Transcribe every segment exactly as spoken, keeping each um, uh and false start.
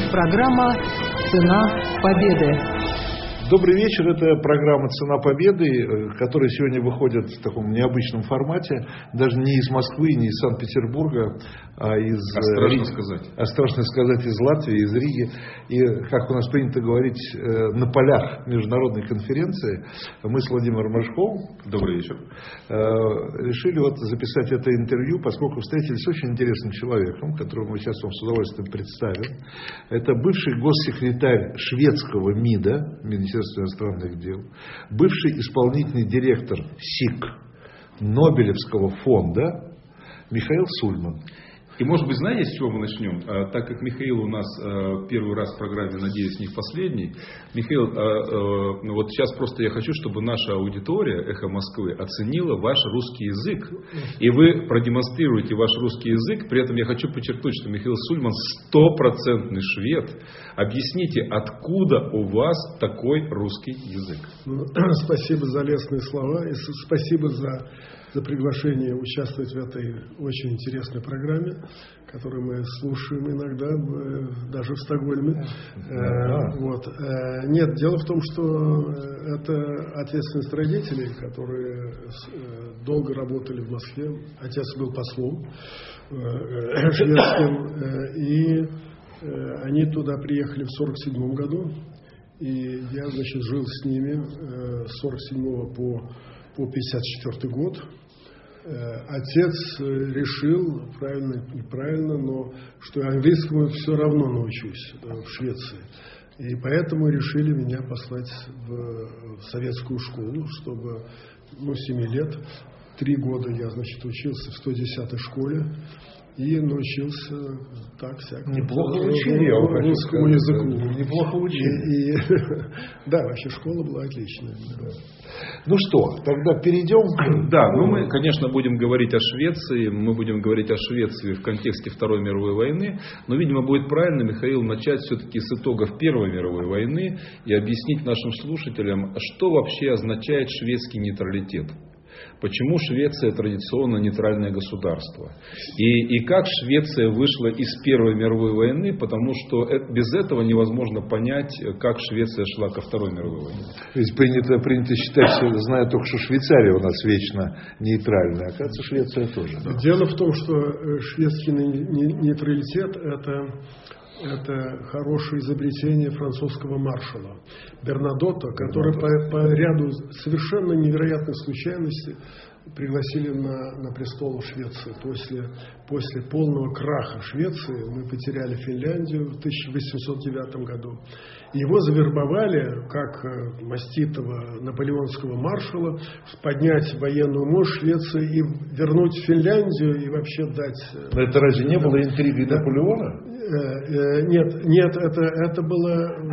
Программа «Цена победы». Добрый вечер, это программа «Цена победы», которая сегодня выходит в таком необычном формате, даже не из Москвы, не из Санкт-Петербурга, а из... А страшно сказать. А страшно сказать, из Латвии, из Риги. И, как у нас принято говорить, на полях международной конференции, мы с Владимиром Рожковым, добрый вечер, решили вот записать это интервью, поскольку встретились с очень интересным человеком, которого мы сейчас вам с удовольствием представим. Это бывший госсекретарь шведского МИДа, Министерства иностранных дел, бывший исполнительный директор СИК Нобелевского фонда Михаил Сульман. И, может быть, знаете, с чего мы начнем? А, так как Михаил у нас а, первый раз в программе, надеюсь, не в последний. Михаил, а, а, ну вот сейчас просто я хочу, чтобы наша аудитория «Эхо Москвы» оценила ваш русский язык. И вы продемонстрируете ваш русский язык. При этом я хочу подчеркнуть, что Михаил Сульман стопроцентный швед. Объясните, откуда у вас такой русский язык? Ну, спасибо за лестные слова и спасибо за... за приглашение участвовать в этой очень интересной программе, которую мы слушаем иногда, даже в Стокгольме. Да. Вот. Нет, дело в том, что это ответственность родителей, которые долго работали в Москве. Отец был послом шведским, и они туда приехали в сорок седьмом году, и я, значит, жил с ними с сорок седьмого по по пятьдесят четвёртый год. Отец решил, правильно, неправильно, но что английскому все равно научусь в Швеции. И поэтому решили меня послать в, в советскую школу, чтобы, ну, семи лет, три года я, значит, учился в сто десятой школе. И научился так всякому. Неплохо учили, русскому языку. Неплохо учили. И, и, да, вообще школа была отличная. Да. Ну что, тогда перейдем. Да, ну мы, конечно, будем говорить о Швеции. Мы будем говорить о Швеции в контексте Второй мировой войны. Но, видимо, будет правильно, Михаил, начать все-таки с итогов Первой мировой войны и объяснить нашим слушателям, что вообще означает шведский нейтралитет. Почему Швеция традиционно нейтральное государство? И, и как Швеция вышла из Первой мировой войны, потому что это, без этого невозможно понять, как Швеция шла ко Второй мировой войне. То есть принято, принято считать, что знаю только, что Швейцария у нас вечно нейтральная, оказывается, Швеция тоже. Да. Дело в том, что шведский нейтралитет это... Это хорошее изобретение французского маршала Бернадотта, который по, по ряду совершенно невероятных случайностей пригласили на, на престол Швеции. После, после полного краха Швеции мы потеряли Финляндию в тысяча восемьсот девятом году. Его завербовали как маститого наполеонского маршала поднять военную мощь Швеции и вернуть Финляндию и вообще дать... Но это разве не было интригой да. Наполеона? Нет, нет, это, это была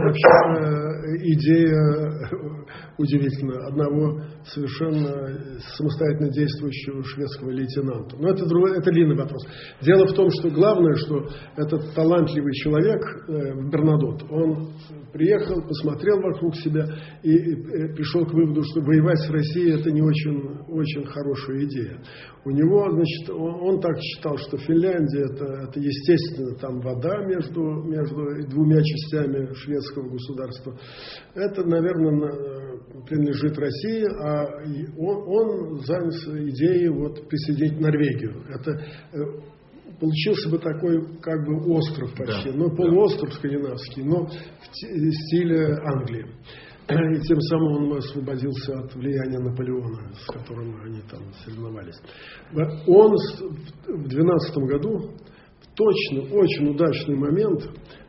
вообще идея удивительная одного совершенно самостоятельно действующего шведского лейтенанта. Но это, это длинный вопрос. Дело в том, что главное, что этот талантливый человек, Бернадотт, он приехал, посмотрел вокруг себя и пришел к выводу, что воевать с Россией это не очень, очень хорошая идея. У него, значит, он, он так считал, что Финляндия это, это естественно, там вода между, между двумя частями шведского государства. Это, наверное, принадлежит России, а он, он занялся идеей вот, присоединить Норвегию. Это получился бы такой как бы остров почти, да, ну полуостров да. скандинавский, но в стиле Англии. И тем самым он освободился от влияния Наполеона, с которым они там соревновались. Он в двенадцатом году, в точно, очень удачный момент,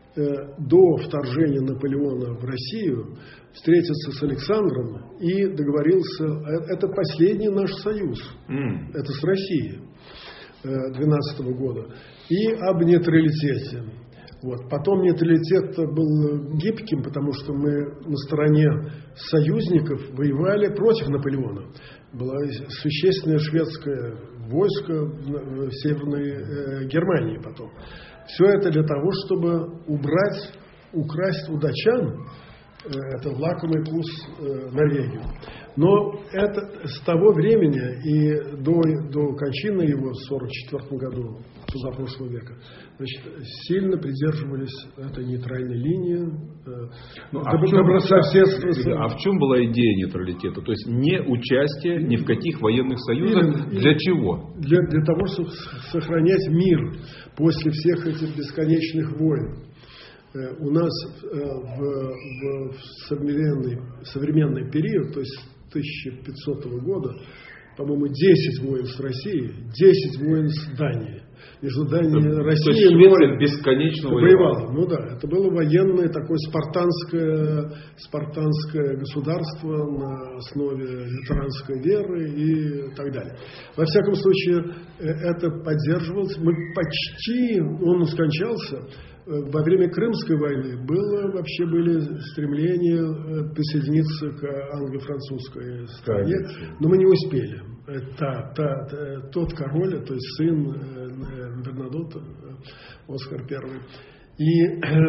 до вторжения Наполеона в Россию, встретился с Александром и договорился, это последний наш союз, mm. это с Россией двенадцатого года, и об нейтралитете. Вот. Потом нейтралитет был гибким, потому что мы на стороне союзников воевали против Наполеона. Было существенное шведское войско в Северной э, Германии потом. Все это для того, чтобы убрать, украсть у датчан Это лакомый вкус Норвегии. Но это с того времени и до, до кончины его в сорок четвёртом году, позапрошлого века, значит, сильно придерживались этой нейтральной линии. Ну, а, в чем, а в чем была идея нейтралитета? То есть не участие ни в каких военных союзах. Именно, для именно, чего? Для, для того, чтобы сохранять мир после всех этих бесконечных войн. У нас в, в, в современный, современный период, то есть с тысяча пятисотого года, по-моему, десять войн с Россией, десять войн с Данией. Между Данией и Россией. То есть Швеция бесконечно воевала. Ну да, это было военное такое спартанское, спартанское государство на основе лютеранской веры и так далее. Во всяком случае, это поддерживалось. Мы почти, он скончался. Во время Крымской войны было, вообще были стремления присоединиться к англо-французской стране, но мы не успели. Та, та, та, тот король, то есть сын Бернадотта, Оскар Первый. И,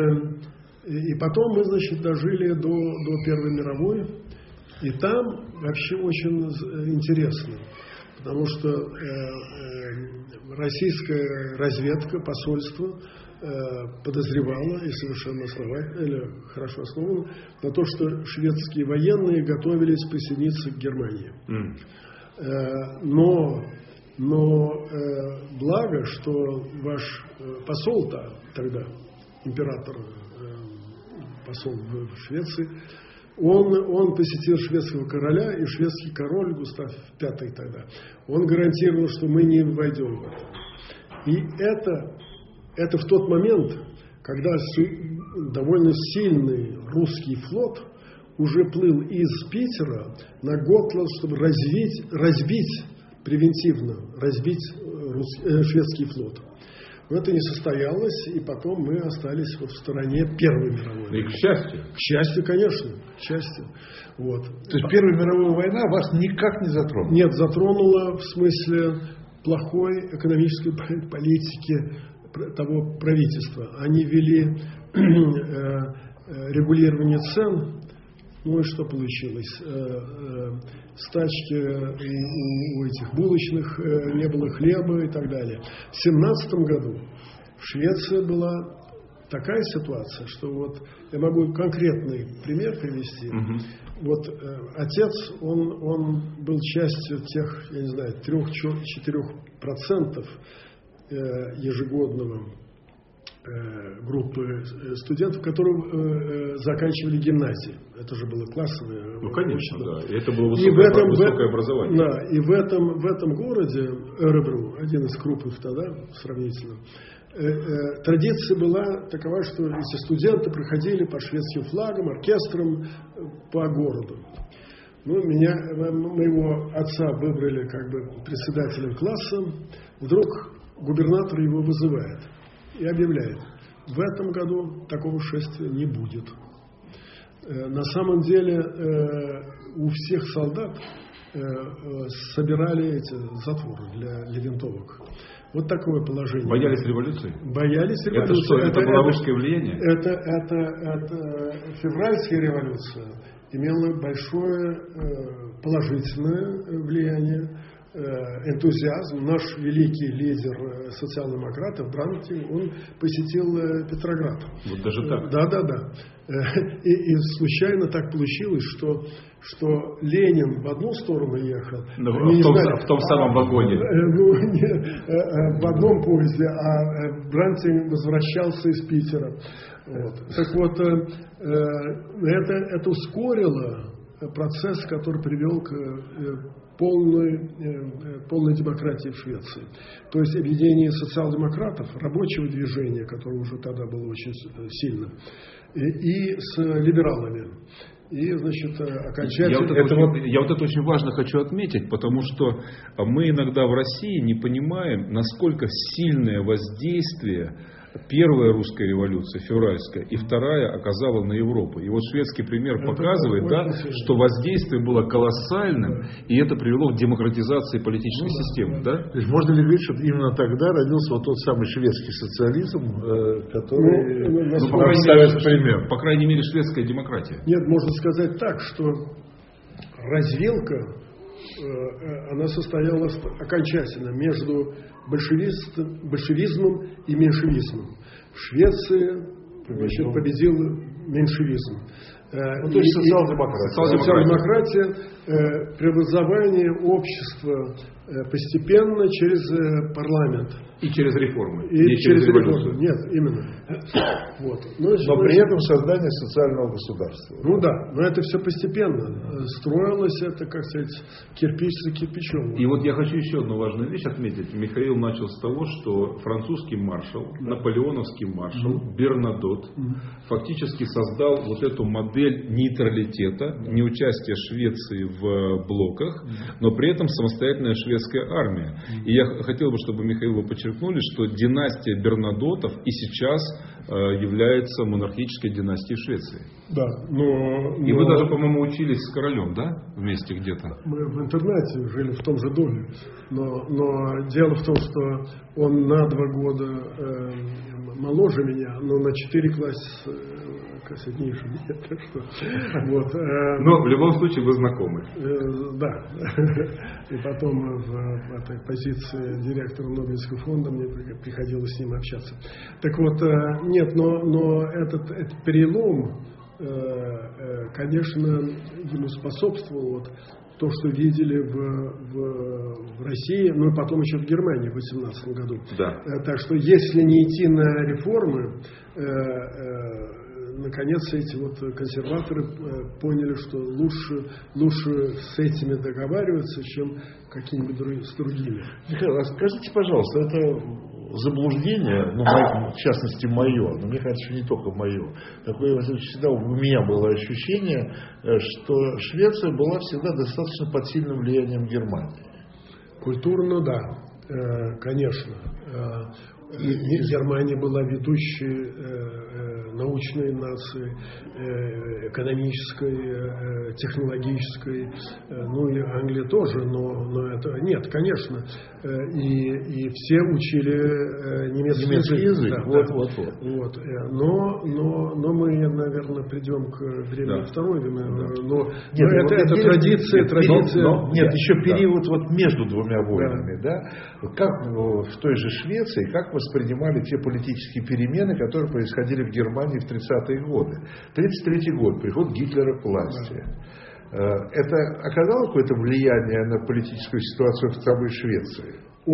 и потом мы, значит, дожили до, до Первой мировой, и там вообще очень интересно, потому что э, э, российская разведка, посольство подозревала и совершенно основательно, или хорошо основано, на то, что шведские военные готовились присоединиться к Германии. Mm. Но, но благо, что ваш посол-то тогда, император, посол в Швеции, он, он посетил шведского короля, и шведский король, Густав Пятый тогда, он гарантировал, что мы не войдем в это. И это Это в тот момент, когда довольно сильный русский флот уже плыл из Питера на Готланд, чтобы развить, разбить, превентивно разбить рус, э, шведский флот. Но это не состоялось, и потом мы остались вот в стороне Первой мировой. И к счастью. К счастью, конечно. К счастью. Вот. То есть Первая мировая война вас никак не затронула? Нет, затронула в смысле плохой экономической политики того правительства. Они ввели э, э, регулирование цен. Ну и что получилось? Э, э, стачки у, у этих булочных, э, не было хлеба и так далее. В семнадцатом году в Швеции была такая ситуация, что вот я могу конкретный пример привести. Угу. Вот э, отец, он, он был частью тех, я не знаю, трех-четырех процентов ежегодного э, группы студентов, которые э, заканчивали гимназии. Это же было классовое. Ну, конечно, да. И это было высокое, и в этом, высокое образование. Да, и в этом, в этом городе, Örebro, один из крупных тогда, сравнительно, э, э, традиция была такова, что эти студенты проходили под шведским флагом, оркестром э, по городу. Ну, меня, моего отца выбрали как бы председателем класса. Вдруг губернатор его вызывает и объявляет: в этом году такого шествия не будет. На самом деле у всех солдат собирали эти затворы для, для винтовок. Вот такое положение. Боялись революции? Боялись революции. Это что, это, это было русское влияние? Это, это, это февральская революция имела большое положительное влияние. Энтузиазм. Наш великий лидер социал-демократов Брандтинг, он посетил Петроград. Вот даже так? Да, да, да. И, и случайно так получилось, что, что Ленин в одну сторону ехал. Но, в, том, знали, в том самом вагоне. В одном поезде, а Брандтинг возвращался из Питера. Вот. Так вот, это, это ускорило процесс, который привел к полной, полной демократии в Швеции. То есть объединение социал-демократов, рабочего движения, которое уже тогда было очень сильным, и, и с либералами. И, значит, окончательно... Я вот, это очень, я вот это очень важно хочу отметить, потому что мы иногда в России не понимаем, насколько сильное воздействие Первая русская революция, февральская, и вторая оказала на Европу. И вот шведский пример это показывает, да, что воздействие было колоссальным, и это привело к демократизации политической ну, системы. Да? То есть можно ли говорить, что именно тогда родился вот тот самый шведский социализм, который ну, ну, по, крайней мере, пример. по крайней мере шведская демократия? Нет, можно сказать так, что развилка, она состоялась окончательно между большевизмом и меньшевизмом. В Швеции значит, победил меньшевизм. Ну, то есть социал-демократия. Социал-демократия, э, преобразование общества э, постепенно через э, парламент. И через реформы. И не через, через реформы. Нет, именно. Вот. Но, но при этом создание социального государства. Ну да, но это все постепенно. Строилось это, как сказать, кирпич за кирпичом. И вот я хочу еще одну важную вещь отметить. Михаил начал с того, что французский маршал, да. наполеоновский маршал, mm-hmm. Бернадот mm-hmm. фактически создал вот эту модель нейтралитета, mm-hmm. неучастия Швеции в блоках, mm-hmm. но при этом самостоятельная шведская армия. Mm-hmm. И я хотел бы, чтобы Михаил вы подчеркнули, что династия Бернадотов и сейчас э, является монархической династией Швеции. Да, но, и но... вы даже, по-моему, учились с королем, да? Вместе где-то. Мы в интернете жили в том же доме. Но, но дело в том, что он на два года э, моложе меня, но на четыре класса э, ниже меня. Так что, вот, э, но в любом случае вы знакомы. Э, да. И потом в, в этой позиции директора Нобелевского фонда мне приходилось с ним общаться. Так вот, э, нет, но, но этот, этот перелом, э, э, конечно, ему способствовал вот, то, что видели в, в, в России, ну и потом еще в Германии в восемнадцатом году. Да. Так что если не идти на реформы, э, э, наконец эти вот консерваторы э, поняли, что лучше, лучше с этими договариваться, чем какими-нибудь друг, с другими. Михаил, а скажите, пожалуйста, это заблуждение, ну, в частности, мое, но мне кажется, что не только мое. Такое всегда у меня было ощущение, что Швеция была всегда достаточно под сильным влиянием Германии. Культурно, да, конечно. Германия была ведущей научной нацией, экономической, технологической, ну и Англия тоже, но, но это нет, конечно. И, и все учили немецкий, немецкий язык. язык. Да, вот, да. Вот, вот. Вот. Но, но, но мы, наверное, придем к времени да. Второй войны. Да. Но, нет, но это, это традиция, нет, традиция. Но, но, нет, еще период да. вот между двумя войнами, да. Да? Как в той же Швеции, как воспринимали те политические перемены, которые происходили в Германии в тридцатые годы. тридцать третий год, приход Гитлера к власти. Это оказало какое-то влияние на политическую ситуацию в самой Швеции?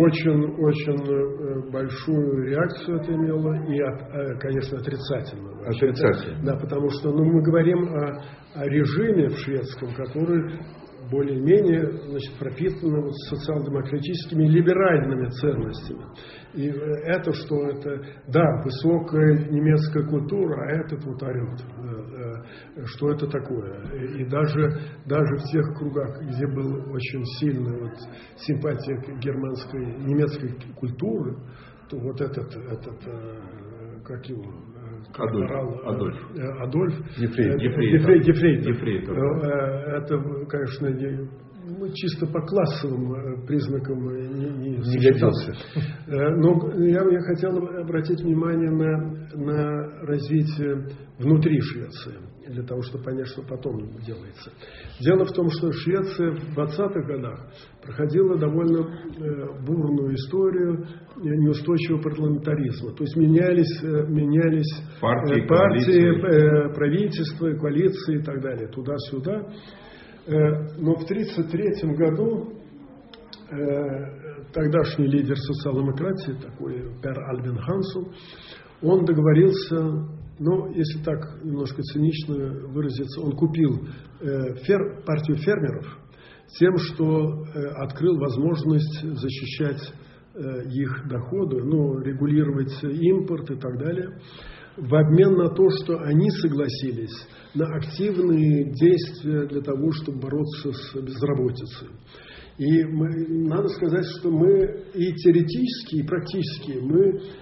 Очень-очень большую реакцию это имело, и, конечно, отрицательную. Отрицательную. Да, потому что ну, мы говорим о, о режиме в шведском, который более-менее значит, пропитано вот социал-демократическими либеральными ценностями. И это, что это, да, высокая немецкая культура, а этот вот орет. Что это такое? И даже, даже в тех кругах, где была очень сильная вот, симпатия к германской, немецкой культуре, то вот этот, этот как его... Адольф. Адольф. Адольф. Ефрейтор. Ефрейтор. Ефрейтор. Ефрейтор. Это, конечно, чисто по классовым признакам не, не, не годился. Но я, я хотел обратить внимание на, на развитие внутри Швеции, для того, чтобы понять, что потом делается. Дело в том, что Швеция в двадцатых годах проходила довольно э, бурную историю неустойчивого парламентаризма. То есть менялись, э, менялись партии, э, партии э, правительства, коалиции и так далее, туда-сюда. Но в тридцать третьем году э, тогдашний лидер социал-демократии, такой Пер Альбин Хансен, он договорился, ну, если так немножко цинично выразиться, он купил э, фер, партию фермеров тем, что э, открыл возможность защищать э, их доходы, ну, регулировать импорт и так далее, в обмен на то, что они согласились на активные действия для того, чтобы бороться с безработицей. И мы, надо сказать, что мы и теоретически, и практически мы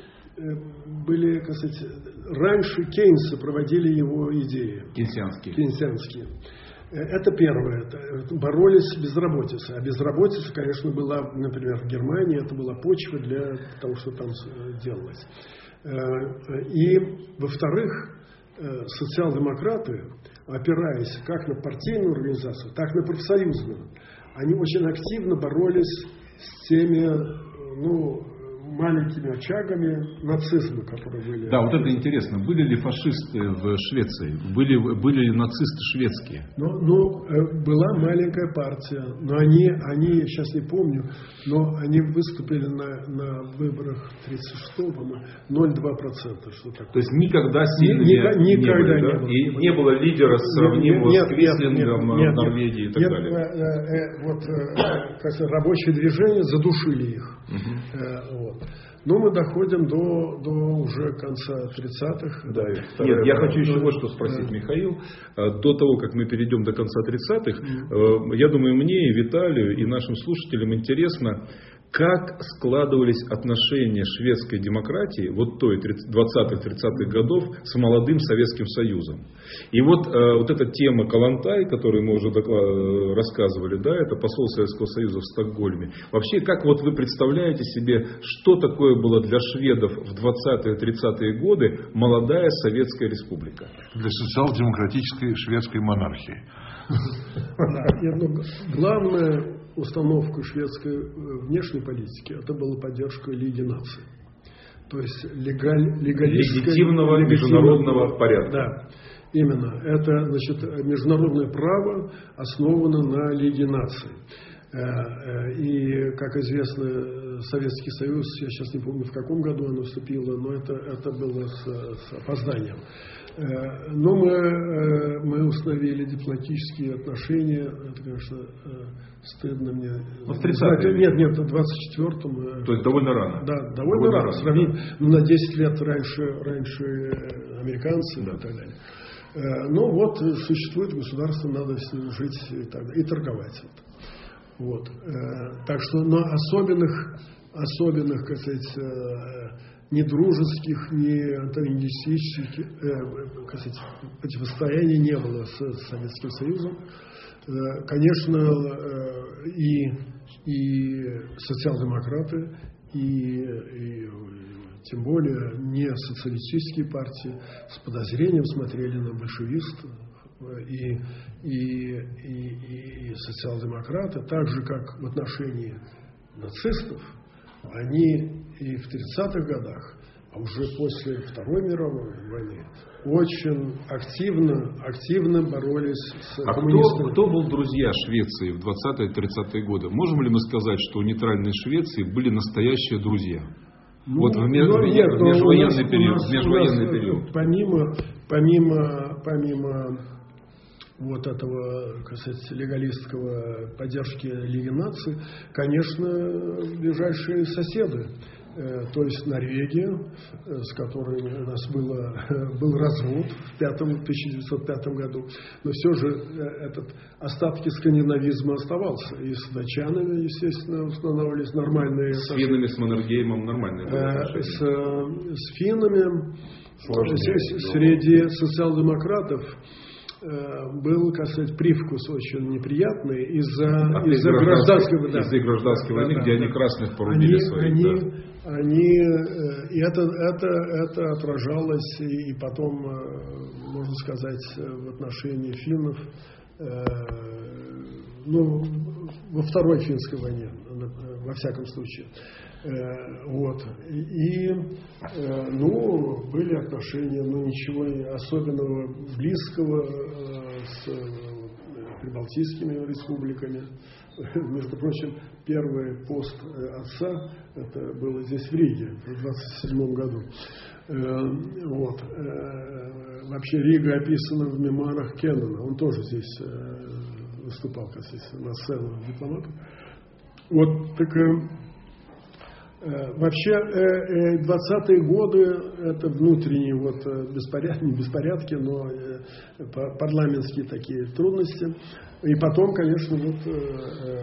были, как сказать, раньше Кейнса проводили его идеи. Кейнсианские. Кейнсианские. Это первое. Это боролись с безработицей. А безработица, конечно, была, например, в Германии, это была почва для того, что там делалось. И, во-вторых, социал-демократы, опираясь как на партийную организацию, так и на профсоюзную, они очень активно боролись с теми, ну, маленькими очагами нацизма, которые были. Да, вот это интересно. Были ли фашисты в Швеции? Были, были ли нацисты шведские? Ну, ну, была маленькая партия, но они, они, сейчас не помню, но они выступили на, на выборах тридцать шестого, по-моему, ноль целых два десятых процента. Что такое. То есть никогда сильно Ни, не, никогда не, не, было, было, да? И не было. не было лидера сравнимого нет, с Квислингом нет, в Норвегии нет, и так нет, далее. Э, э, вот э, как сказать, рабочее движение задушили их. Угу. Э, вот. Но мы доходим до, до уже конца тридцатых. Да, нет, я хочу еще вот что спросить, да. Михаил. До того, как мы перейдем до конца тридцатых, mm-hmm. я думаю, мне и Виталию, и нашим слушателям интересно, как складывались отношения шведской демократии вот той двадцатых-тридцатых годов с молодым Советским Союзом. И вот, э, вот эта тема Калантай, которую мы уже доклад, рассказывали, да, это посол Советского Союза в Стокгольме. Вообще, как вот вы представляете себе, что такое было для шведов в двадцатые-тридцатые годы молодая Советская Республика? Для социал-демократической шведской монархии. Главное установка шведской внешней политики – это была поддержка Лиги наций. То есть легаль, легитимного международного порядка. Да, именно. Это, значит, международное право основано на Лиге наций. И, как известно, Советский Союз, я сейчас не помню, в каком году оно вступило, но это, это было с, с опозданием. Но мы, мы установили дипломатические отношения, это, конечно, стыдно мне. В тридцатые? Нет, нет, в двадцать четвёртом. То есть довольно рано? Да, довольно, довольно рано, рано. Сравнить, ну, на десять лет раньше, раньше американцы, да, и так далее. Ну вот, существует государство, надо с ним жить и, так, и торговать. Вот. Так что на особенных, особенных, как сказать, ни дружеских, ни антагонистических э, как сказать, противостояний не было с, с Советским Союзом. Э, конечно, э, и, и социал-демократы, и, и тем более не социалистические партии с подозрением смотрели на большевистов. И, и, и, и социал-демократы, так же как в отношении нацистов, они и в тридцатых годах, а уже после Второй мировой войны, очень активно, активно боролись с а коммунистами. Кто, кто был друзья Швеции в двадцатые-тридцатые годы? Можем ли мы сказать, что у нейтральной Швеции были настоящие друзья? Ну, вот в, меж, ну, нет, в межвоенный нас, период. нас, В межвоенный нас, период. Помимо, помимо, помимо вот этого, как сказать, легалистского поддержки Лиги наций, конечно, ближайшие соседи. То есть Норвегия, с которой у нас было, был развод в пятом, тысяча девятьсот пятом году, но все же этот остатки скандинавизма оставался. И с датчанами, естественно, устанавливались нормальные... С финнами, с Маннергеймом нормальные отношения. С, с финнами, сложнее, среди социал-демократов был, как сказать, привкус очень неприятный из-за, а из-за гражданской, да, из-за гражданской да, войны, да, где да, они красных порубили они, своих. Они, да. они, и это, это, это отражалось и потом, можно сказать, в отношении финнов, ну, во Второй финской войне, во всяком случае. Вот. И, ну, были отношения, но ничего особенного близкого с прибалтийскими республиками. Между прочим, первый пост отца, это было здесь в Риге в двадцать седьмом году. Вот. Вообще Рига описана в мемуарах Кеннона, он тоже здесь выступал, как здесь, на сцену дипломата. Вот, так... Вообще, двадцатые годы это внутренние вот беспорядки, не беспорядки, но парламентские такие трудности. И потом, конечно, вот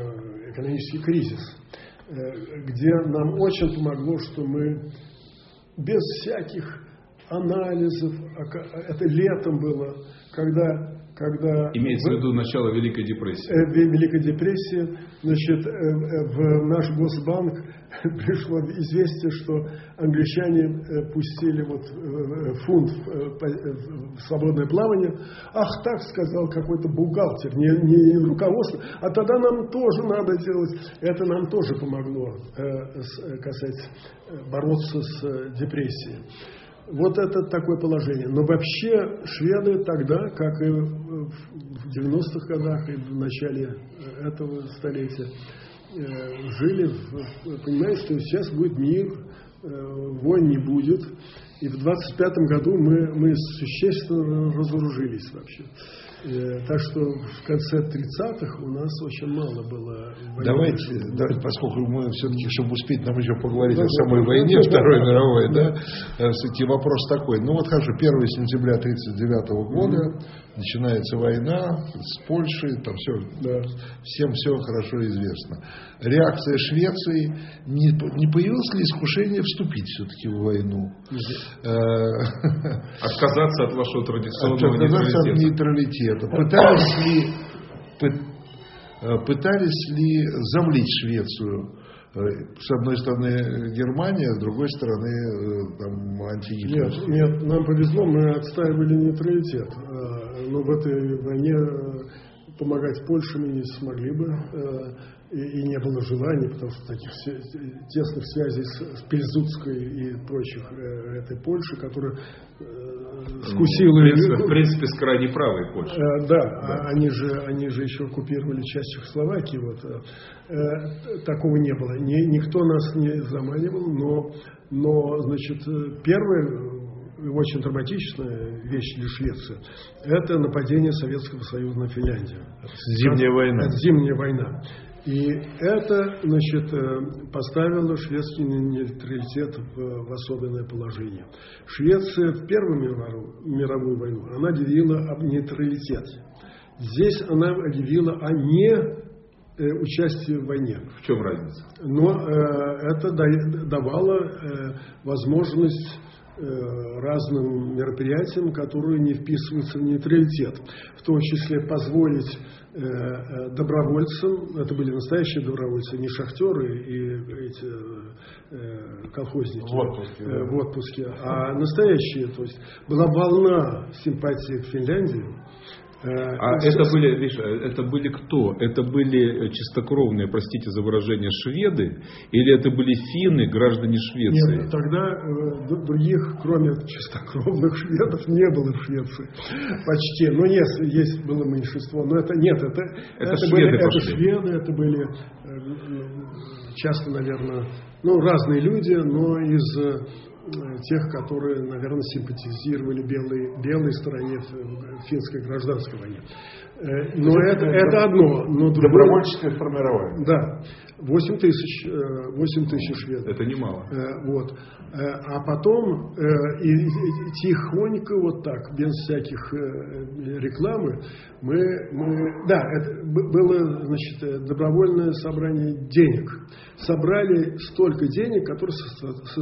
экономический кризис, где нам очень помогло, что мы без всяких анализов, это летом было, когда... когда имеется в виду начало Великой депрессии. Великой депрессии, значит, в наш Госбанк пришло известие, что англичане пустили вот фунт в свободное плавание. Ах, так сказал какой-то бухгалтер, не, не руководство, а тогда нам тоже надо делать. Это нам тоже помогло касается бороться с депрессией. Вот это такое положение. Но вообще шведы тогда, как и в девяностых годах, и в начале этого столетия, жили, в, понимаете, что сейчас будет мир, войн не будет. И в двадцать пятом году мы, мы существенно разоружились вообще. Так что в конце тридцатых у нас очень мало было войны. Давайте, давайте, поскольку мы все-таки, чтобы успеть нам еще поговорить да, о самой да, войне да, Второй да, мировой, да, да, все-таки вопрос такой. Ну вот хорошо, первого сентября тысяча девятьсот тридцать девятого года mm-hmm. начинается война с Польшей, там все, да. всем все хорошо известно. Реакция Швеции, не, не появилось ли искушение вступить все-таки в войну? Отказаться от вашего традиционного нейтралитета. нейтралитета. Пытались ли, пытались ли завлечь Швецию? С одной стороны Германия, с другой стороны там, антигитлеровская. Нет, нет, нам повезло, мы отстаивали нейтралитет. Но в этой войне помогать Польше мы не смогли бы. И, и не было желания, потому что таких тесных связей с, с Пильзудской и прочих э, этой Польши, которая э, скусила... В принципе, в принципе, с крайне правой Польши. Э, да, да. Они, же, они же еще оккупировали часть Чехословакии. Вот, э, такого не было. Ни, никто нас не заманивал, но, но значит, первое... очень драматичная вещь для Швеции – это нападение Советского Союза на Финляндию. Зимняя война. Это зимняя война. И это, значит, поставило шведский нейтралитет в, в особенное положение. Швеция в Первую мировую, мировую войну, она объявила об нейтралитете. Здесь она объявила о не участии в войне. В чем разница? Но э, это давало э, возможность разным мероприятиям, которые не вписываются в нейтралитет. В том числе позволить э, добровольцам, это были настоящие добровольцы, не шахтеры и эти э, колхозники в отпуске, э, в отпуске, а настоящие. То есть была волна симпатии к Финляндии. А это были, видишь, это были кто? Это были чистокровные, простите за выражение, шведы? Или это были финны, граждане Швеции? Нет, тогда э, других, кроме чистокровных шведов, не было в Швеции. Почти. Ну, есть, есть было меньшинство. Но это нет, это, это, это, шведы, были, это пошли. шведы, это были э, часто, наверное, ну, разные люди, но из тех, которые, наверное, симпатизировали белой, белой стороне в финской гражданской войне. Но это, это одно. Но добровольческое формирование. Да. восемь тысяч, восемь тысяч шведов. Это немало. Вот. А потом и, и тихонько вот так, без всяких рекламы, мы, мы да, это было, значит, добровольное собрание денег. Собрали столько денег, которые со, со,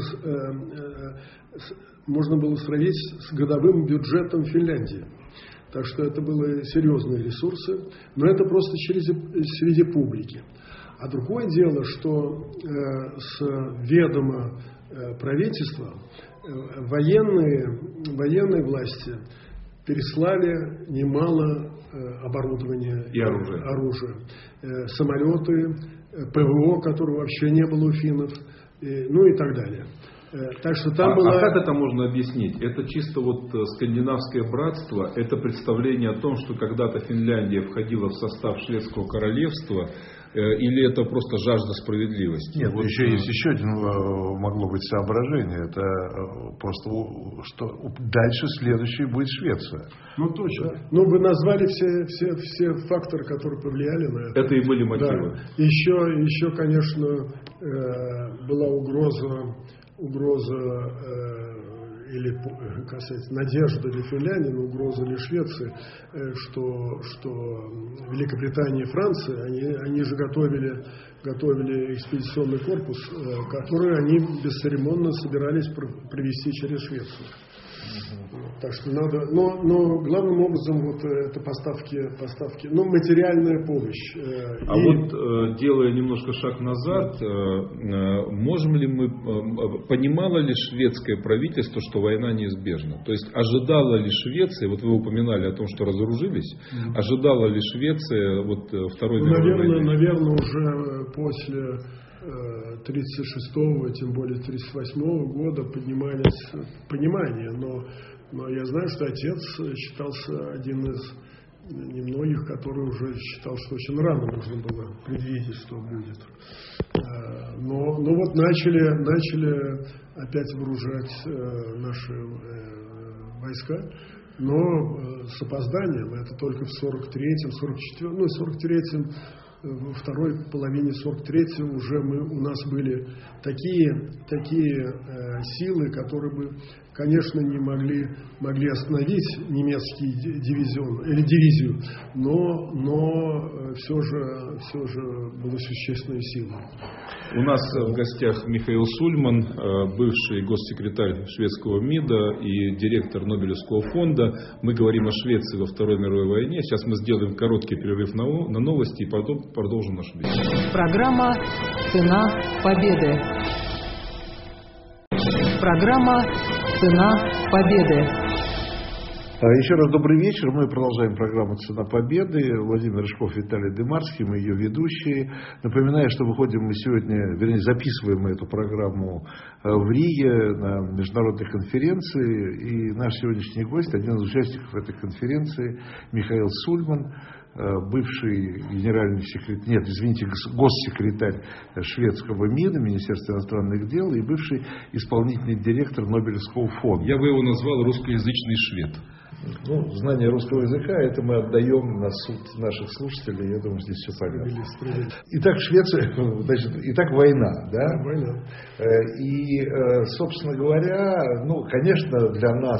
со, можно было сравнить с годовым бюджетом Финляндии. Так что это были серьезные ресурсы, но это просто через, среди публики. А другое дело, что э, с ведома э, правительства э, военные, военные власти переслали немало э, оборудования и оружия, оружия. Э, самолеты, э, ПВО, которого вообще не было у финнов, э, ну и так далее. Так что там а, была... а как это можно объяснить? Это чисто вот скандинавское братство, это представление о том, что когда-то Финляндия входила в состав шведского королевства, э, или это просто жажда справедливости? Нет, вот, еще есть еще один могло быть соображение. Это просто, что дальше следующей будет Швеция. Ну точно. Да. Ну вы назвали все, все, все факторы, которые повлияли на это. Это и были мотивы. Да. Еще, еще, конечно, была угроза угроза э, или касается надежды для Финляндии, но угроза для Швеции, что, что Великобритания и Франция, они, они же готовили, готовили экспедиционный корпус, который они бесцеремонно собирались провести через Швецию. Так что надо, но, но главным образом вот это поставки, поставки, ну материальная помощь. А и... вот э, делая немножко шаг назад, э, э, можем ли мы, э, понимало ли шведское правительство, что война неизбежна? То есть ожидала ли Швеция, вот вы упоминали о том, что разоружились, mm-hmm. ожидала ли Швеция вот Второй ну, мировой наверное, войны? Наверное, уже после тридцать шестого, тем более тридцать восьмого года поднимались понимания, но, но я знаю, что отец считался один из немногих, который уже считал, что очень рано нужно было предвидеть, что будет. Но, но вот начали, начали опять вооружать наши войска, но с опозданием, это только в сорок третьем, сорок четвёртом, ну, сорок третьем, во второй половине сорок третьего уже мы, у нас были такие, такие э, силы, которые бы, конечно, не могли, могли остановить немецкий дивизион, или дивизию, но, но все же, все же было существенной силой. У нас в гостях Михаил Сульман, бывший госсекретарь шведского МИДа и директор Нобелевского фонда. Мы говорим о Швеции во Второй мировой войне. Сейчас мы сделаем короткий перерыв на, на новости и потом продолжим нашу беседу. Программа «Цена победы». Программа «Цена победы». Еще раз добрый вечер. Мы продолжаем программу «Цена победы». Владимир Рыжков, Виталий Дымарский, мы ее ведущие. Напоминаю, что выходим мы сегодня, вернее, записываем мы эту программу в Риге на международной конференции. И наш сегодняшний гость, один из участников этой конференции, Михаил Сульман, бывший генеральный секретарь, нет, извините, госсекретарь шведского МИДа, Министерства иностранных дел, и бывший исполнительный директор Нобелевского фонда. Я бы его назвал русскоязычный швед. Ну, знание русского языка, это мы отдаем на суд наших слушателей. Я думаю, здесь все понятно. Итак, Швеция, значит, итак, война, да? Война. И, собственно говоря, ну, конечно, для нас,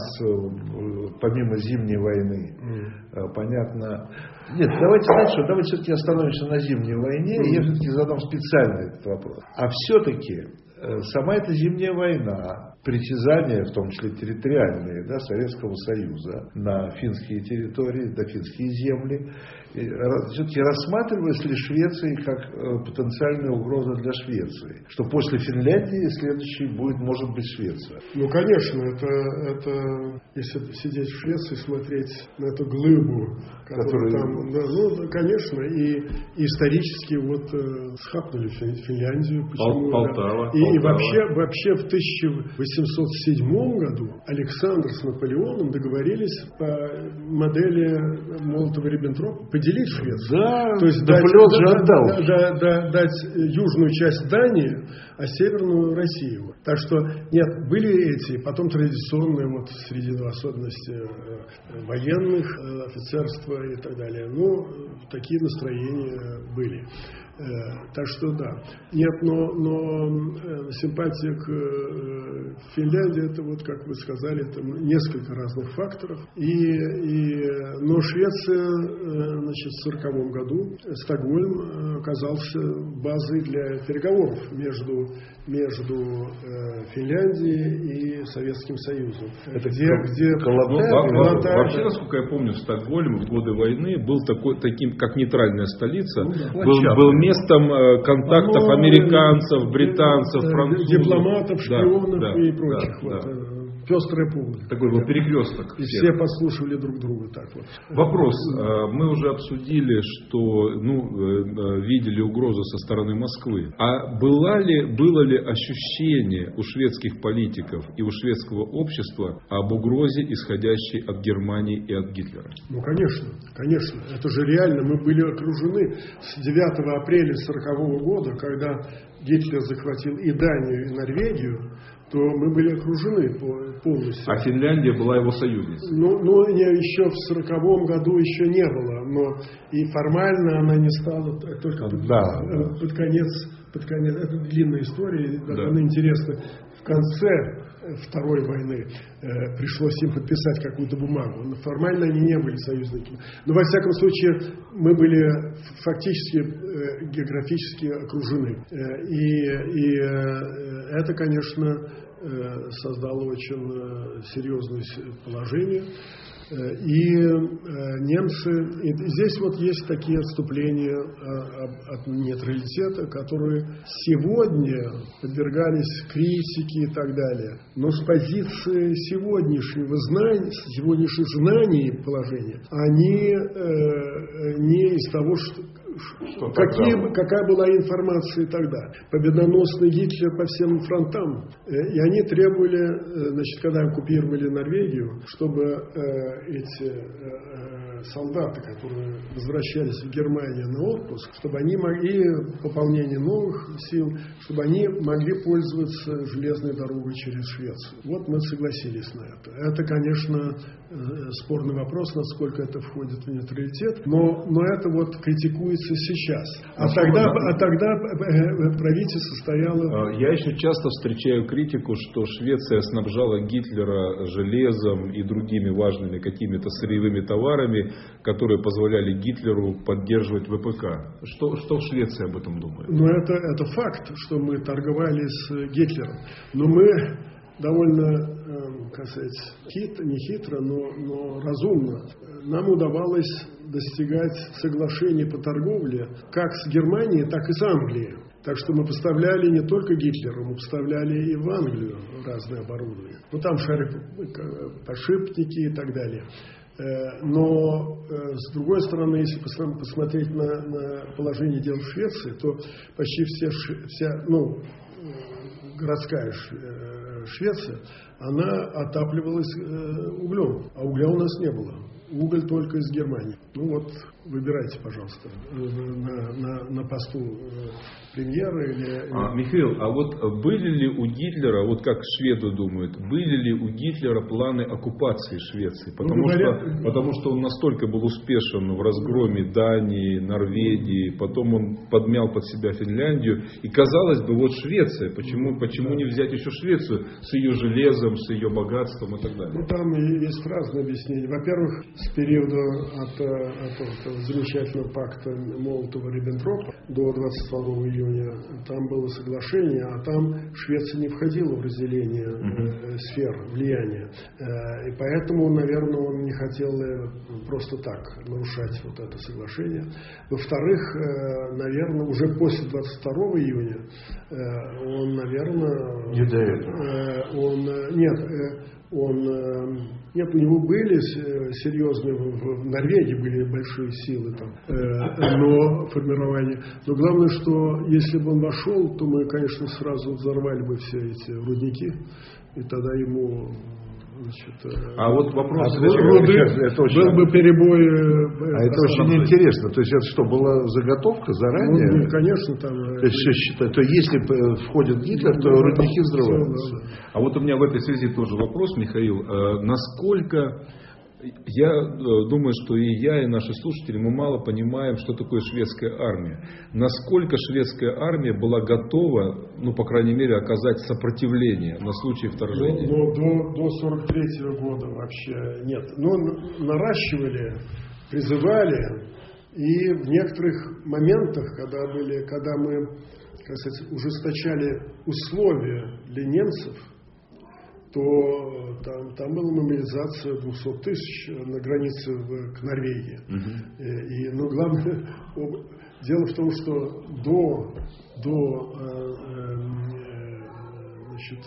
помимо Зимней войны, mm. понятно... Нет, давайте, знаете что, давайте все-таки остановимся на Зимней войне, mm. и я все-таки задам специально этот вопрос. А все-таки сама эта Зимняя война, притязания, в том числе территориальные, да, Советского Союза на финские территории, на финские земли, все-таки рассматривалась ли Швеция как потенциальная угроза для Швеции? Что после Финляндии следующей будет, может быть, Швеция? Ну, конечно, это, это если сидеть в Швеции, смотреть на эту глыбу, которая там, да, ну, конечно, и, и исторически вот э, схапнули Финляндию. Почему, Полтава. Да? И, и вообще, вообще в тысяча восемьсот седьмом году Александр с Наполеоном договорились по модели Молотова-Риббентропа поделить Швецию. Да, то есть Наполеон дать, же отдал. Да, да, да, дать южную часть Дании, а северную Россию. Так что, нет, были эти, потом традиционные, вот среди особенностей военных, офицерства и так далее. Ну, такие настроения были. Так что да. Нет, но, но симпатия к Финляндии, это вот, как вы сказали, это несколько разных факторов. И, и, но Швеция, значит, в сороковом году Стокгольм оказался базой для переговоров между, между Финляндией и Советским Союзом. Это где, где Колотар, вообще, насколько я помню, Стокгольм в годы войны был такой, таким, как нейтральная столица, ну, да, был, был местом контактов ну, американцев, британцев, французов, дипломатов, шпионов, да, и прочих. Да, вот, да. Пестрая публика. Такой был перекресток. И все послушали друг друга так вот. Вопрос. Мы уже обсудили, что ну, видели угрозу со стороны Москвы. А была ли, было ли ощущение у шведских политиков и у шведского общества об угрозе, исходящей от Германии и от Гитлера? Ну, конечно. Конечно. Это же реально. Мы были окружены с девятого апреля сорокового года, когда Гитлер захватил и Данию, и Норвегию, то мы были окружены полностью. А Финляндия была его союзницей? Ну, ну еще в сороковом году еще не было, но и формально она не стала только под, да, под, да. конец, под конец. Это длинная история, да. Она интересна. В конце Второй войны пришлось им подписать какую-то бумагу. Но формально они не были союзниками. Но, во всяком случае, мы были фактически географически окружены. И, и это, конечно, создало очень серьезное положение. И немцы, и здесь вот есть такие отступления от нейтралитета, которые сегодня подвергались критике и так далее. Но с позиции сегодняшнего знания, сегодняшних знаний положения, они не из того, что Какие, какая была информация тогда? Победоносный Гитлер по всем фронтам. И они требовали, значит, когда оккупировали Норвегию, чтобы э, эти э, солдаты, которые возвращались в Германию на отпуск, чтобы они могли, пополнение новых сил, чтобы они могли пользоваться железной дорогой через Швецию. Вот мы согласились на это. Это, конечно, э, спорный вопрос, насколько это входит в нейтралитет, но, но это вот критикуется сейчас. А, а, тогда, а тогда правительство стояло... Я еще часто встречаю критику, что Швеция снабжала Гитлера железом и другими важными какими-то сырьевыми товарами, которые позволяли Гитлеру поддерживать ВПК. Что, что в Швеции об этом думает? Ну, это, это факт, что мы торговали с Гитлером. Но мы довольно, э, как сказать, хитро, не хитро, но, но разумно. Нам удавалось достигать соглашений по торговле как с Германией, так и с Англией. Так что мы поставляли не только Гитлеру, мы поставляли и в Англию разное оборудование. Ну, там шары, подшипники и так далее. Но, с другой стороны, если посмотреть на, на положение дел в Швеции, то почти все, вся, ну, городская Швеция, она отапливалась углем, а угля у нас не было. Уголь только из Германии. Ну вот, выбирайте, пожалуйста, на, на, на посту премьера или... А, Михаил, а вот были ли у Гитлера, вот как шведы думают, были ли у Гитлера планы оккупации Швеции? Потому, ну, говорят, что, потому что он настолько был успешен в разгроме Дании, Норвегии, потом он подмял под себя Финляндию. И казалось бы, вот Швеция, почему, почему не взять еще Швецию с ее железом, с ее богатством и так далее? Ну, там есть разные объяснения. Во-первых, с периода от, от, от замечательного пакта Молотова-Риббентропа до двадцать второго июня там было соглашение, а там Швеция не входила в разделение uh-huh. сфер влияния. И поэтому, наверное, он не хотел просто так нарушать вот это соглашение. Во-вторых, наверное, уже после двадцать второго июня он, наверное... Не до этого. Он, нет, он... Нет, у него были серьезные, в Норвегии были большие силы там, но формирование. Но главное, что если бы он вошел, то мы, конечно, сразу взорвали бы все эти рудники, и тогда ему... Значит, а вот вопрос, а руды, это очень, был бы перебой. А это очень интересно. То есть это что, была заготовка заранее? Ну, конечно, там. То есть все считают, то если входит Гитлер, то ну, рудники взрываются. Да, да. А вот у меня в этой связи тоже вопрос, Михаил. Насколько я думаю, что и я, и наши слушатели, мы мало понимаем, что такое шведская армия. Насколько шведская армия была готова, ну, по крайней мере, оказать сопротивление на случай вторжения? Ну, до, до сорок третьего года вообще нет. Но наращивали, призывали, и в некоторых моментах, когда, были, когда мы, как сказать, ужесточали условия для немцев, то там, там была мобилизация двухсот тысяч на границе в, к Норвегии. Uh-huh. И, но главное, дело в том, что до, до э, значит,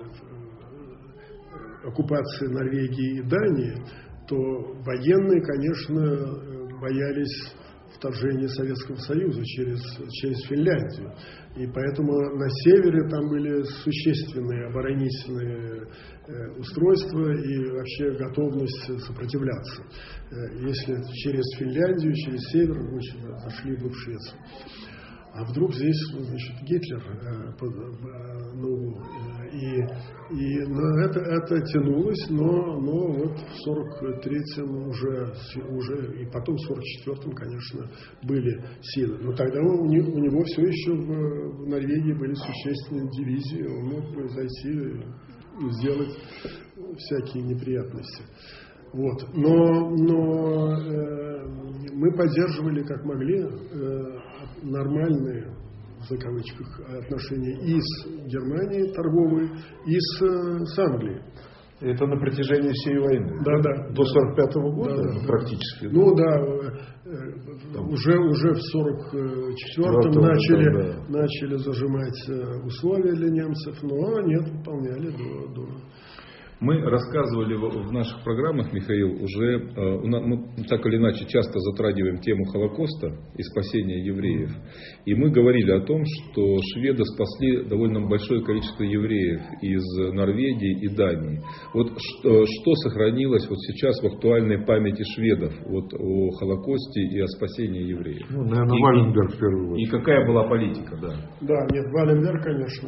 э, оккупации Норвегии и Дании, то военные, конечно, боялись вторжения Советского Союза через, через Финляндию. И поэтому на севере там были существенные оборонительные э, устройства и вообще готовность сопротивляться. Э, если через Финляндию, через север, значит, зашли бы в Швецию. А вдруг здесь, значит, Гитлер э, под, э, на углу. И, и ну, это, это тянулось, но, но вот в сорок третьем уже, уже, и потом в сорок четвертом, конечно, были силы. Но тогда у него, у него все еще в, в Норвегии были существенные дивизии, он мог бы зайти. сделать всякие неприятности. Вот. Но, но э, мы поддерживали, как могли, э, нормальные, в кавычках, отношения и с Германией торговые, и с, с Англией. Это на протяжении всей войны? Да, да. До сорок пятого года да, да, практически? Ну да, уже, уже в сорок четвёртом начали, да. начали зажимать условия для немцев, но нет, выполняли до... до... Мы рассказывали в наших программах, Михаил, уже, мы так или иначе часто затрагиваем тему Холокоста и спасения евреев. И мы говорили о том, что шведы спасли довольно большое количество евреев из Норвегии и Дании. Вот что, что сохранилось вот сейчас в актуальной памяти шведов вот, о Холокосте и о спасении евреев? Ну, наверное, и, Валенберг в первую очередь. И какая была политика, да? Да, нет, Валенберг, конечно,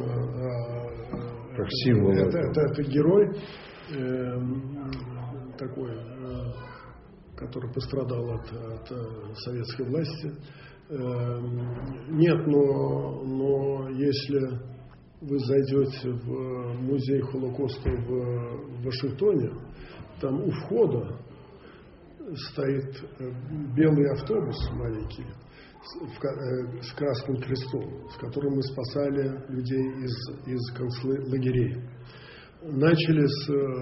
как символ. Это, это, это герой. Э, такой, э, который пострадал от, от советской власти. Э, нет, но, но если вы зайдете в музей Холокоста в, в Вашингтоне, там у входа стоит белый автобус маленький с, с красным крестом, с которым мы спасали людей из, из концлагерей. Начали с,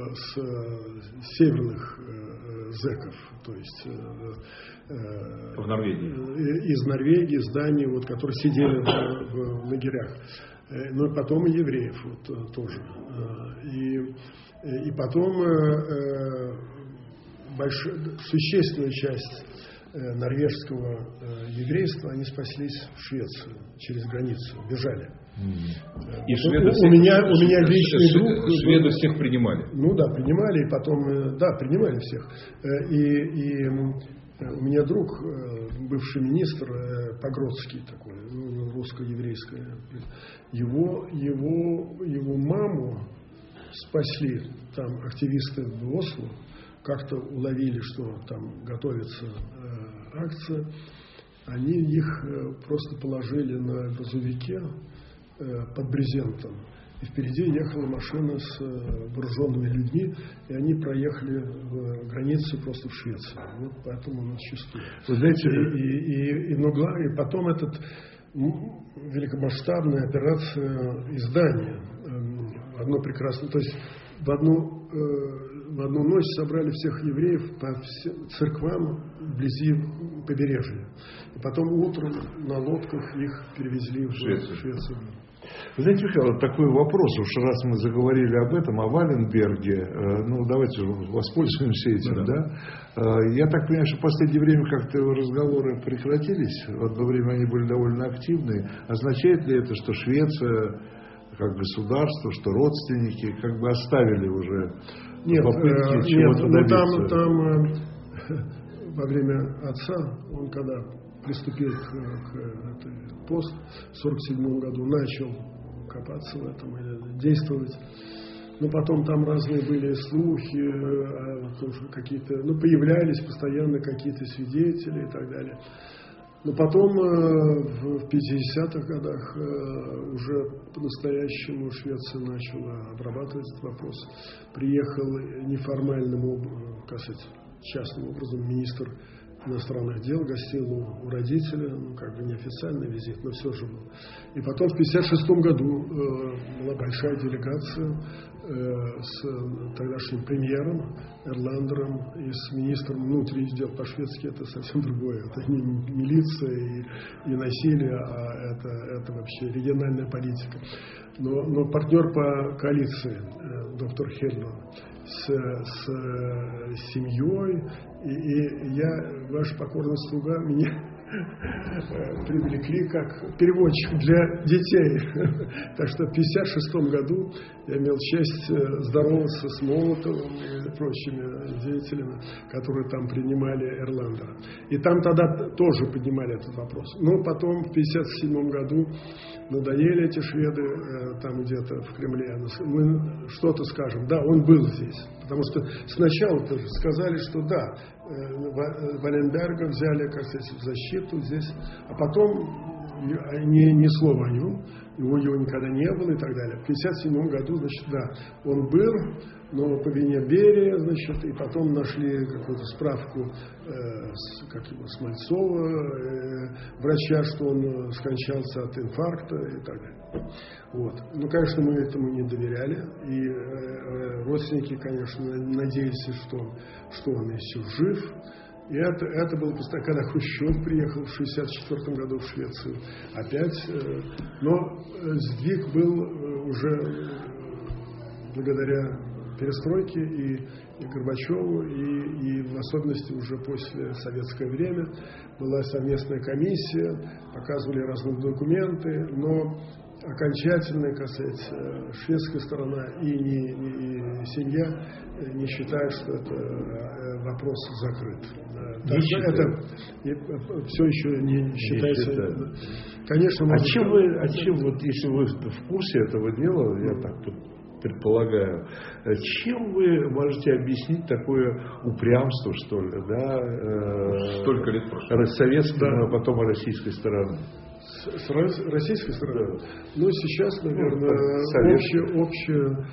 с северных э, зэков, то есть э, в Норвегии. из Норвегии, из Дании, вот, которые сидели в, в, в лагерях. Но потом и евреев вот, тоже. И, и потом э, больш... существенная часть норвежского еврейства, они спаслись в Швецию, через границу, бежали. Mm. И шведы у, всех, у меня, у меня личный шведы, друг... Шведы всех принимали. Ну да, принимали, и потом, да, принимали всех. И, и у меня друг, бывший министр, Погродский такой, русско-еврейская, его, его, его маму спасли там активисты в Осло, как-то уловили, что там готовится э, акция, они их э, просто положили на грузовике э, под брезентом. И впереди ехала машина с э, вооруженными людьми, и они проехали в границу просто в Швецию. Вот поэтому у нас чувствует. Вы знаете, и, и, и, и, и потом этот великомасштабная операция издания. Э, одно прекрасное, то есть в одну... Э, В одну ночь собрали всех евреев по всем церквам вблизи побережья. И потом утром на лодках их перевезли в Швецию. Швецию. Вы знаете, Михаил, такой вопрос, уж раз мы заговорили об этом, о Валенберге, ну давайте воспользуемся этим, да. да? Я так понимаю, что в последнее время как-то разговоры прекратились, в одно время они были довольно активны. Означает ли это, что Швеция как государство, что родственники как бы оставили уже нет, попытки э, чего-то нет, добиться? Ну, там, там э, во время отца, он когда приступил к, к этой пост в сорок седьмом году, начал копаться в этом или действовать. Но потом там разные были слухи, э, какие-то, ну, появлялись постоянно какие-то свидетели и так далее. Но потом в пятидесятых годах уже по-настоящему Швеция начала обрабатывать этот вопрос. Приехал неформальным, как сказать, частным образом министр иностранных дел, гостил у родителей, ну, как бы неофициальный визит, но все же был. И потом в пятьдесят шестом году э, была большая делегация э, с тогдашним премьером Эрландером и с министром внутренних дел. По-шведски это совсем другое. Это не милиция и, и насилие, а это, это вообще региональная политика. Но, но партнер по коалиции, э, доктор Хельман, с, с, с семьей, и, и я, ваш покорный слуга, меня привлекли как переводчик для детей. Так что в пятьдесят шестом году я имел честь здороваться с Молотовым и прочими деятелями, которые там принимали Эрландера. И там тогда тоже поднимали этот вопрос. Но потом в пятьдесят седьмом году надоели эти шведы там где-то в Кремле. Мы что-то скажем. Да, он был здесь. Потому что сначала тоже сказали, что да, Валенберга взяли, как сказать, в защиту здесь, а потом ни, ни слова о нем, его, его никогда не было и так далее. В тысяча девятьсот пятьдесят седьмом году, значит, да, он был, но по вине Берия, значит, и потом нашли какую-то справку э, с, как его, Смольцова, э, врача, что он скончался от инфаркта и так далее. Вот. Ну, конечно, мы этому не доверяли, и э, родственники, конечно, надеялись, что, что он еще жив. И это, это было постоянно, когда Хрущев приехал в шестьдесят четвёртом году в Швецию, опять, э, но сдвиг был уже благодаря перестройке и, и Горбачеву, и, и в особенности уже после советское время была совместная комиссия, показывали разные документы, но окончательно, касается шведская сторона и, не, не, и семья не считает, что это вопрос закрыт. Так что это все еще не считается. Не Конечно, а чем вы, а чем вот, если вы в курсе этого дела, я так тут предполагаю, чем вы можете объяснить такое упрямство, что ли, да? Столько лет прошло. Советской, да. а потом российской стороны. С российской стороны? Да. Ну, сейчас, наверное, ну, общее, общее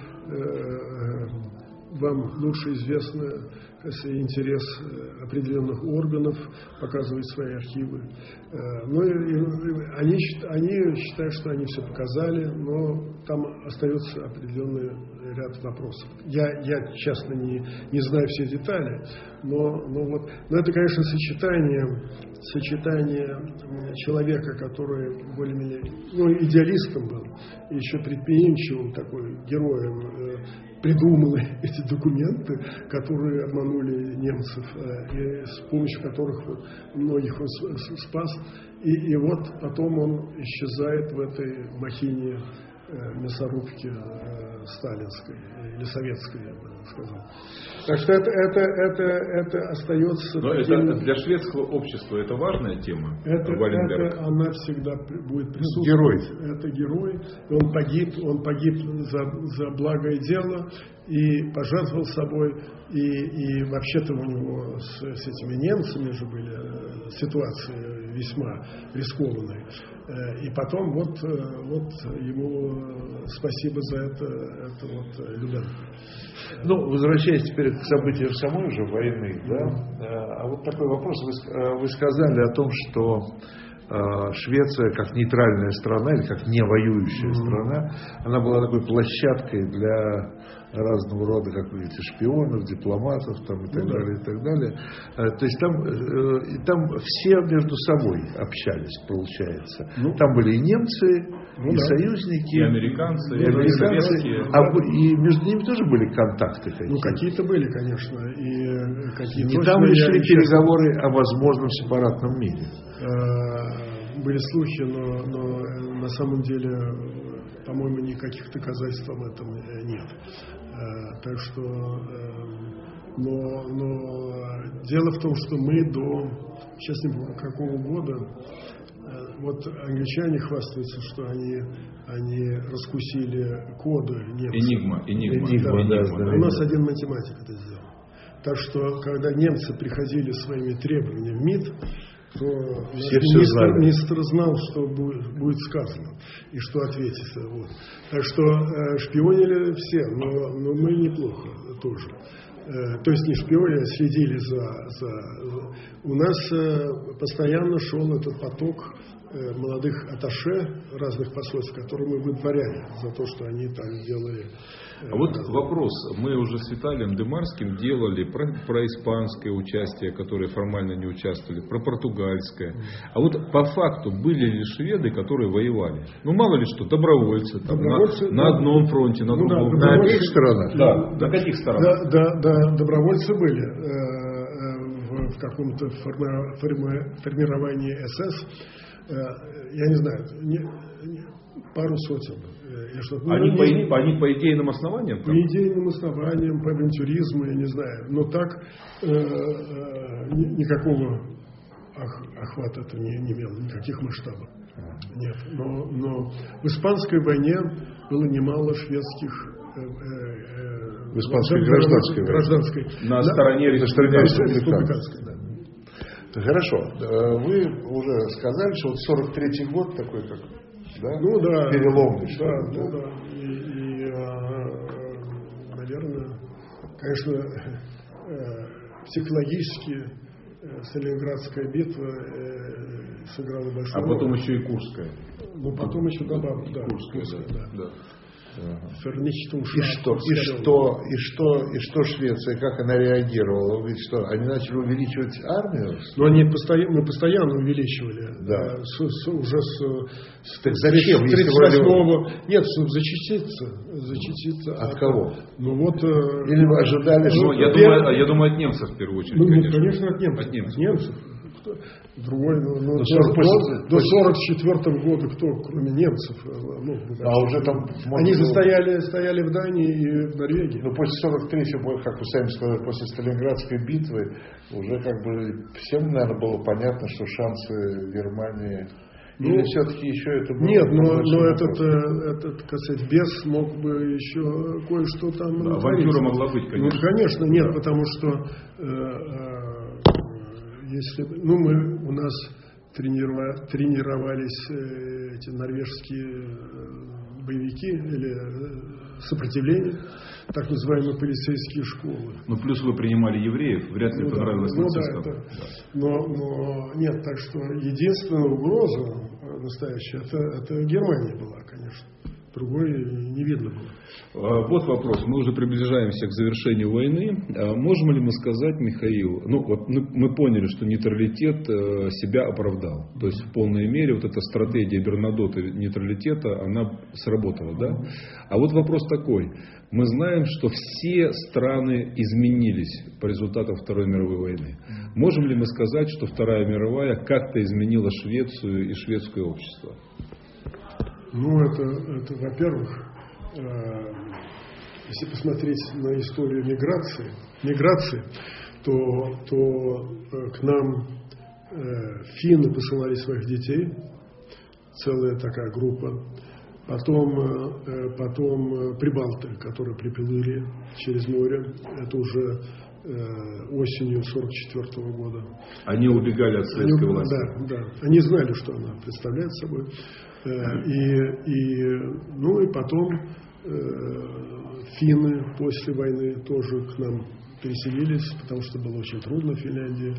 э, вам лучше известно, если интерес определенных органов показывать свои архивы. Э, ну, и, и, они, они считают, что они все показали, но там остается определенный ряд вопросов. Я, я честно, не, не знаю все детали, но, но, вот, но это, конечно, сочетание сочетание человека, который более-менее, ну, идеалистом был, и еще предприимчивым такой героем, э, придумал эти документы, которые обманули немцев, э, и с помощью которых вот, многих он спас. И, и вот потом он исчезает в этой махине э, мясорубки э, сталинской или советской, я бы сказал. Так что это, это, это, это остается... Но таким... это для шведского общества это важная тема? Это, это она всегда будет присутствовать. Герой. Это герой. Он погиб, он погиб за, за благое дело и пожертвовал собой. И, и вообще-то у него с, с этими немцами же были ситуации весьма рискованные. И потом вот, вот ему спасибо за это, это вот Любен. Ну, возвращаясь теперь к событиям самой же войны, да, а вот такой вопрос. Вы, вы сказали о том, что Швеция, как нейтральная страна, или как не воюющая mm-hmm. страна, она была такой площадкой для разного рода, как вы видите, шпионов, дипломатов там, и так ну, далее, да. и так далее. То есть там, там все между собой общались, получается. Ну, там были и немцы, ну, и да. союзники, и американцы, и, американцы, и, а, и между ними тоже были контакты какие-то. Ну, какие-то были, конечно. И какие недавно шли переговоры о возможном сепаратном мире. Были слухи, но, но на самом деле, по-моему, никаких доказательств об этом нет. Так что, но, но дело в том, что мы до, сейчас не помню, какого года, вот англичане хвастаются, что они, они раскусили коды немцев. Энигма, энигма. энигма, да, да, да. У нас один математик это сделал. Так что, когда немцы приходили своими требованиями в МИД, то все министр, министр знал, что будет, будет сказано и что ответить. Вот. Так что э, шпионили все, но, но мы неплохо тоже. Э, то есть не шпионили, а следили за... за... У нас э, постоянно шел этот поток э, молодых атташе разных посольств, которые мы выдворяли за то, что они там делали. А вот вопрос. Мы уже с Виталием Демарским делали про, про испанское участие, которые формально не участвовали, про португальское. А вот по факту были ли шведы, которые воевали? Ну, мало ли что, добровольцы. Там, добровольцы на, на одном фронте, на ну, другом. Да, на обеих сторонах? Да. да. На каких сторонах? Да, да, да, добровольцы были в, в каком-то форми, форми, формировании СС. Я не знаю, не, не, пару сотен. Они, ну, по, они по идейным основаниям? По идейным основаниям, по авантюризму, я не знаю. Но так э, э, никакого ох, охвата это не, не имело, никаких масштабов. Нет. Но, но в испанской войне было немало шведских... Э, э, в испанской гражданской, гражданской на, на стороне республиканской. республиканской, да. Хорошо. Вы уже сказали, что вот сорок третий год такой, как, да? Ну да. Переломный. Да, что ли, ну да. И, и а, наверное, конечно, психологически Сталинградская битва сыграла большую роль. А потом еще и Курская. Ну, потом еще добавлю, да. Курская, Курская, да. да. да. И что, и что, и что, и что Швеция, как она реагировала? Ведь что, они начали увеличивать армию? Но они постоянно, мы постоянно увеличивали. Да. С, с, уже с, с так зачем, тридцать восьмого Нет, чтобы защититься. защититься от, от кого? Ну вот. Или вы ожидали, что... Ну, я, думаю, я думаю, от немцев в первую очередь, ну, конечно. конечно, от немцев. От немцев. От немцев. Другой, ну, ну, до, сорок до, до сорок четвёртого года кто, кроме немцев? Ну, а уже там... Они же стояли, стояли в Дании и в Норвегии. Ну, после сорок третьего, как вы сами сказали, после Сталинградской битвы, уже как бы всем, наверное, было понятно, что шансы Германии... Или ну, все-таки еще это было... Нет, но, но этот, этот, так сказать, бес мог бы еще кое-что там... Да, авантюра могла быть, конечно. Ну, конечно, нет, да. Потому что... Э, э, Если, ну, мы, у нас тренирова, тренировались э, эти норвежские э, боевики или э, сопротивление, так называемые полицейские школы. Ну, плюс вы принимали евреев, вряд ли ну, это да, нравилось ну, нацистам. Да, это, да. но, но нет, так что единственная угроза настоящая, это, это Германия была, конечно. Другой не видно было. Вот вопрос. Мы уже приближаемся к завершению войны. Можем ли мы сказать, Михаил, ну вот мы поняли, что нейтралитет себя оправдал. То есть в полной мере вот эта стратегия Бернадотта нейтралитета, она сработала, да? А вот вопрос такой. Мы знаем, что все страны изменились по результатам Второй мировой войны. Можем ли мы сказать, что Вторая мировая как-то изменила Швецию и шведское общество? Ну, это, это во-первых, э, если посмотреть на историю миграции, миграции то, то э, к нам э, финны посылали своих детей, целая такая группа. Потом, э, потом э, прибалты, которые приплыли через море, это уже э, осенью сорок четвёртого года. Они убегали от советской Они, власти. Да, да. Они знали, что она представляет собой. И, и, ну и потом э, финны после войны тоже к нам переселились, потому что было очень трудно в Финляндии.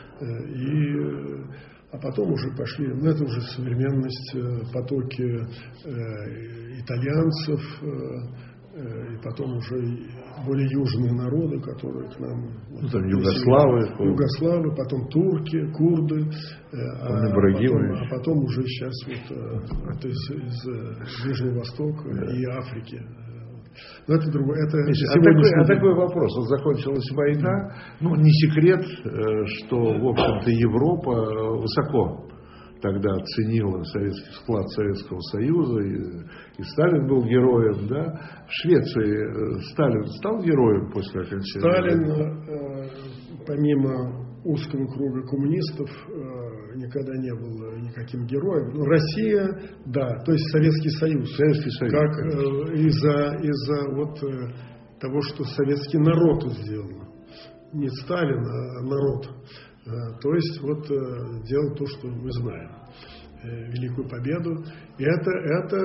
И, а потом уже пошли, ну это уже современность, потоки э, итальянцев, э, и потом уже более южные народы, которые к нам... Ну, там югославы. Югославы, потом турки, курды, а потом, а потом уже сейчас вот, вот из, из Ближнего Востока да. и Африки. Но это другое. Это, Миша, а, такой, а такой вопрос. Вот закончилась война. Ну, не секрет, что, в общем-то, Европа высоко тогда оценила советский вклад Советского Союза, и, и Сталин был героем, да. В Швеции Сталин стал героем после окончания Сталин, войны? помимо узкого круга коммунистов, никогда не был никаким героем. Но Россия, да, то есть Советский Союз. Советский Союз. Как из-за, из-за вот того, что советский народ сделал. Не Сталин, а народ. То есть вот делал то, что мы знаем. Великую победу. И это, это,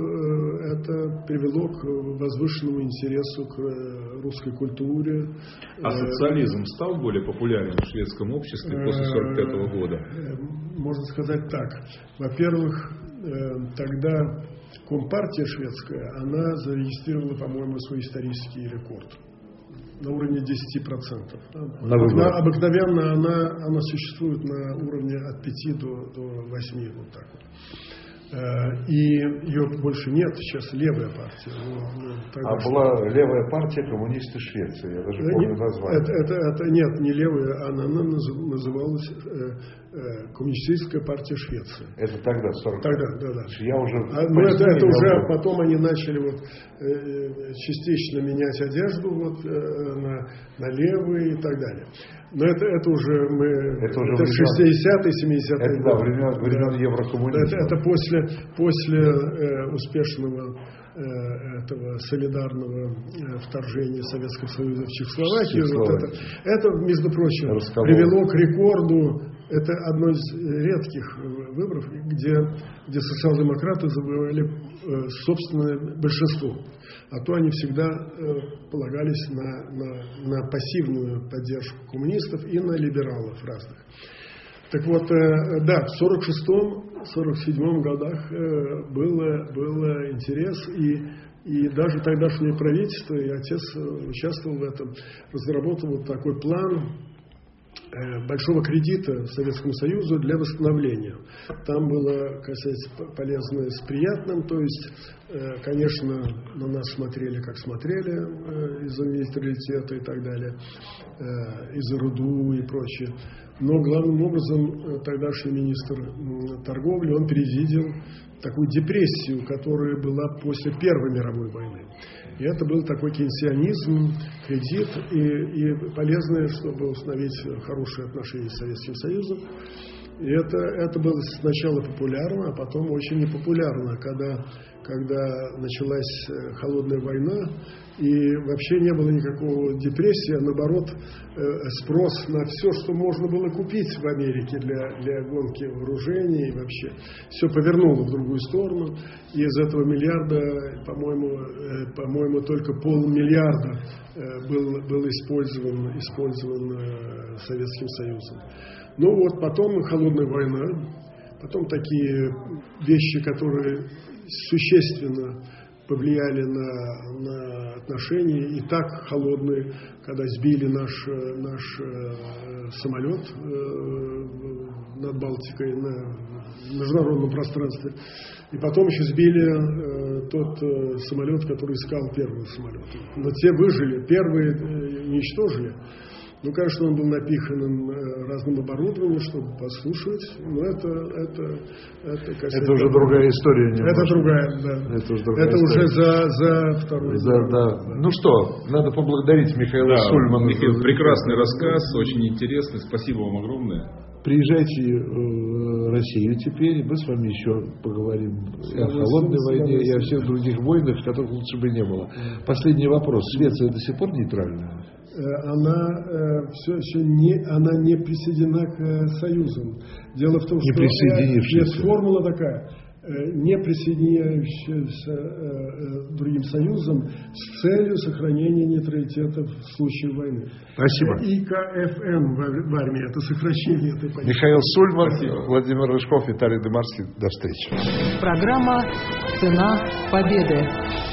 это привело к возвышенному интересу к русской культуре. А социализм стал более популярен в шведском обществе после сорок пятого года? Можно сказать так. Во-первых, тогда Компартия шведская, она зарегистрировала, по-моему, свой исторический рекорд. На уровне десять процентов. Обыкновенно, обыкновенно она, она существует на уровне от пяти до, до восьми. Вот так вот. И ее больше нет, сейчас левая партия. Ну, а что... была левая партия коммунисты Швеции, я даже помню название. Это, это, это, нет, не левая, она, она называлась э, э, Коммунистическая партия Швеции. Это тогда, сорок Тогда, да, да. Я уже а, ну, это, это уже потом они начали вот, э, частично менять одежду вот, э, на, на левые и так далее. Но это, это уже мы... Это уже это шестидесятые, семидесятые годы. Да, времен, времен да. Еврокоммунизма. Это, это после, после э, успешного э, этого солидарного э, вторжения Советского Союза в Чехословакию. Вот это, это, между прочим, привело к рекорду Это одно из редких выборов, где, где социал-демократы завоевали э, собственное большинство. А то они всегда э, полагались на, на, на пассивную поддержку коммунистов и на либералов разных. Так вот, э, да, в сорок шестом — сорок седьмом годах э, было, было интерес, и, и даже тогдашнее правительство, и отец участвовал в этом, разработал вот такой план большого кредита Советскому Союзу для восстановления. Там было, касается, полезное с приятным, то есть, конечно, на нас смотрели, как смотрели, из-за нейтралитета и так далее, из-за руду и прочее. Но главным образом тогдашний министр торговли, он предвидел такую депрессию, которая была после Первой мировой войны. И это был такой кейнсианизм, кредит, и, и полезное, чтобы установить хорошие отношения с Советским Союзом. И это, это было сначала популярно, а потом очень непопулярно, когда, когда началась холодная война, и вообще не было никакого депрессии, а наоборот спрос на все, что можно было купить в Америке для, для гонки вооружений и вообще. Все повернуло в другую сторону, и из этого миллиарда, по-моему, по-моему только полмиллиарда был, был использован, использован Советским Союзом. Ну вот потом холодная война, потом такие вещи, которые существенно повлияли на, на отношения, и так холодные, когда сбили наш, наш э, самолет э, над Балтикой на международном пространстве, и потом еще сбили э, тот э, самолет, который искал первый самолет. Но те выжили, первые э, уничтожили. Ну, конечно, он был напихан разным оборудованием, чтобы послушать, но это... Это, это, это, это уже другая история. Это немножко. другая, да. Это уже, другая это уже за, за вторую. За, да. Да. Ну что, надо поблагодарить Михаила да, Сульмана. Михаил, прекрасный рассказ, очень интересный. Спасибо вам огромное. Приезжайте в Россию теперь, мы с вами еще поговорим и о холодной войне, и о всех других войнах, которых лучше бы не было. Последний вопрос. Швеция до сих пор нейтральная? Она э, все еще не, она не присоединена к Союзам. Дело в том, не что есть формула такая, э, не присоединяющаяся э, другим Союзам с целью сохранения нейтралитета в случае войны. Спасибо. И ка эф эн в, в армии, это сокращение этой понятия. Михаил Сульман, Спасибо. Владимир Рыжков, Виталий Дымарский. До встречи. Программа «Цена победы».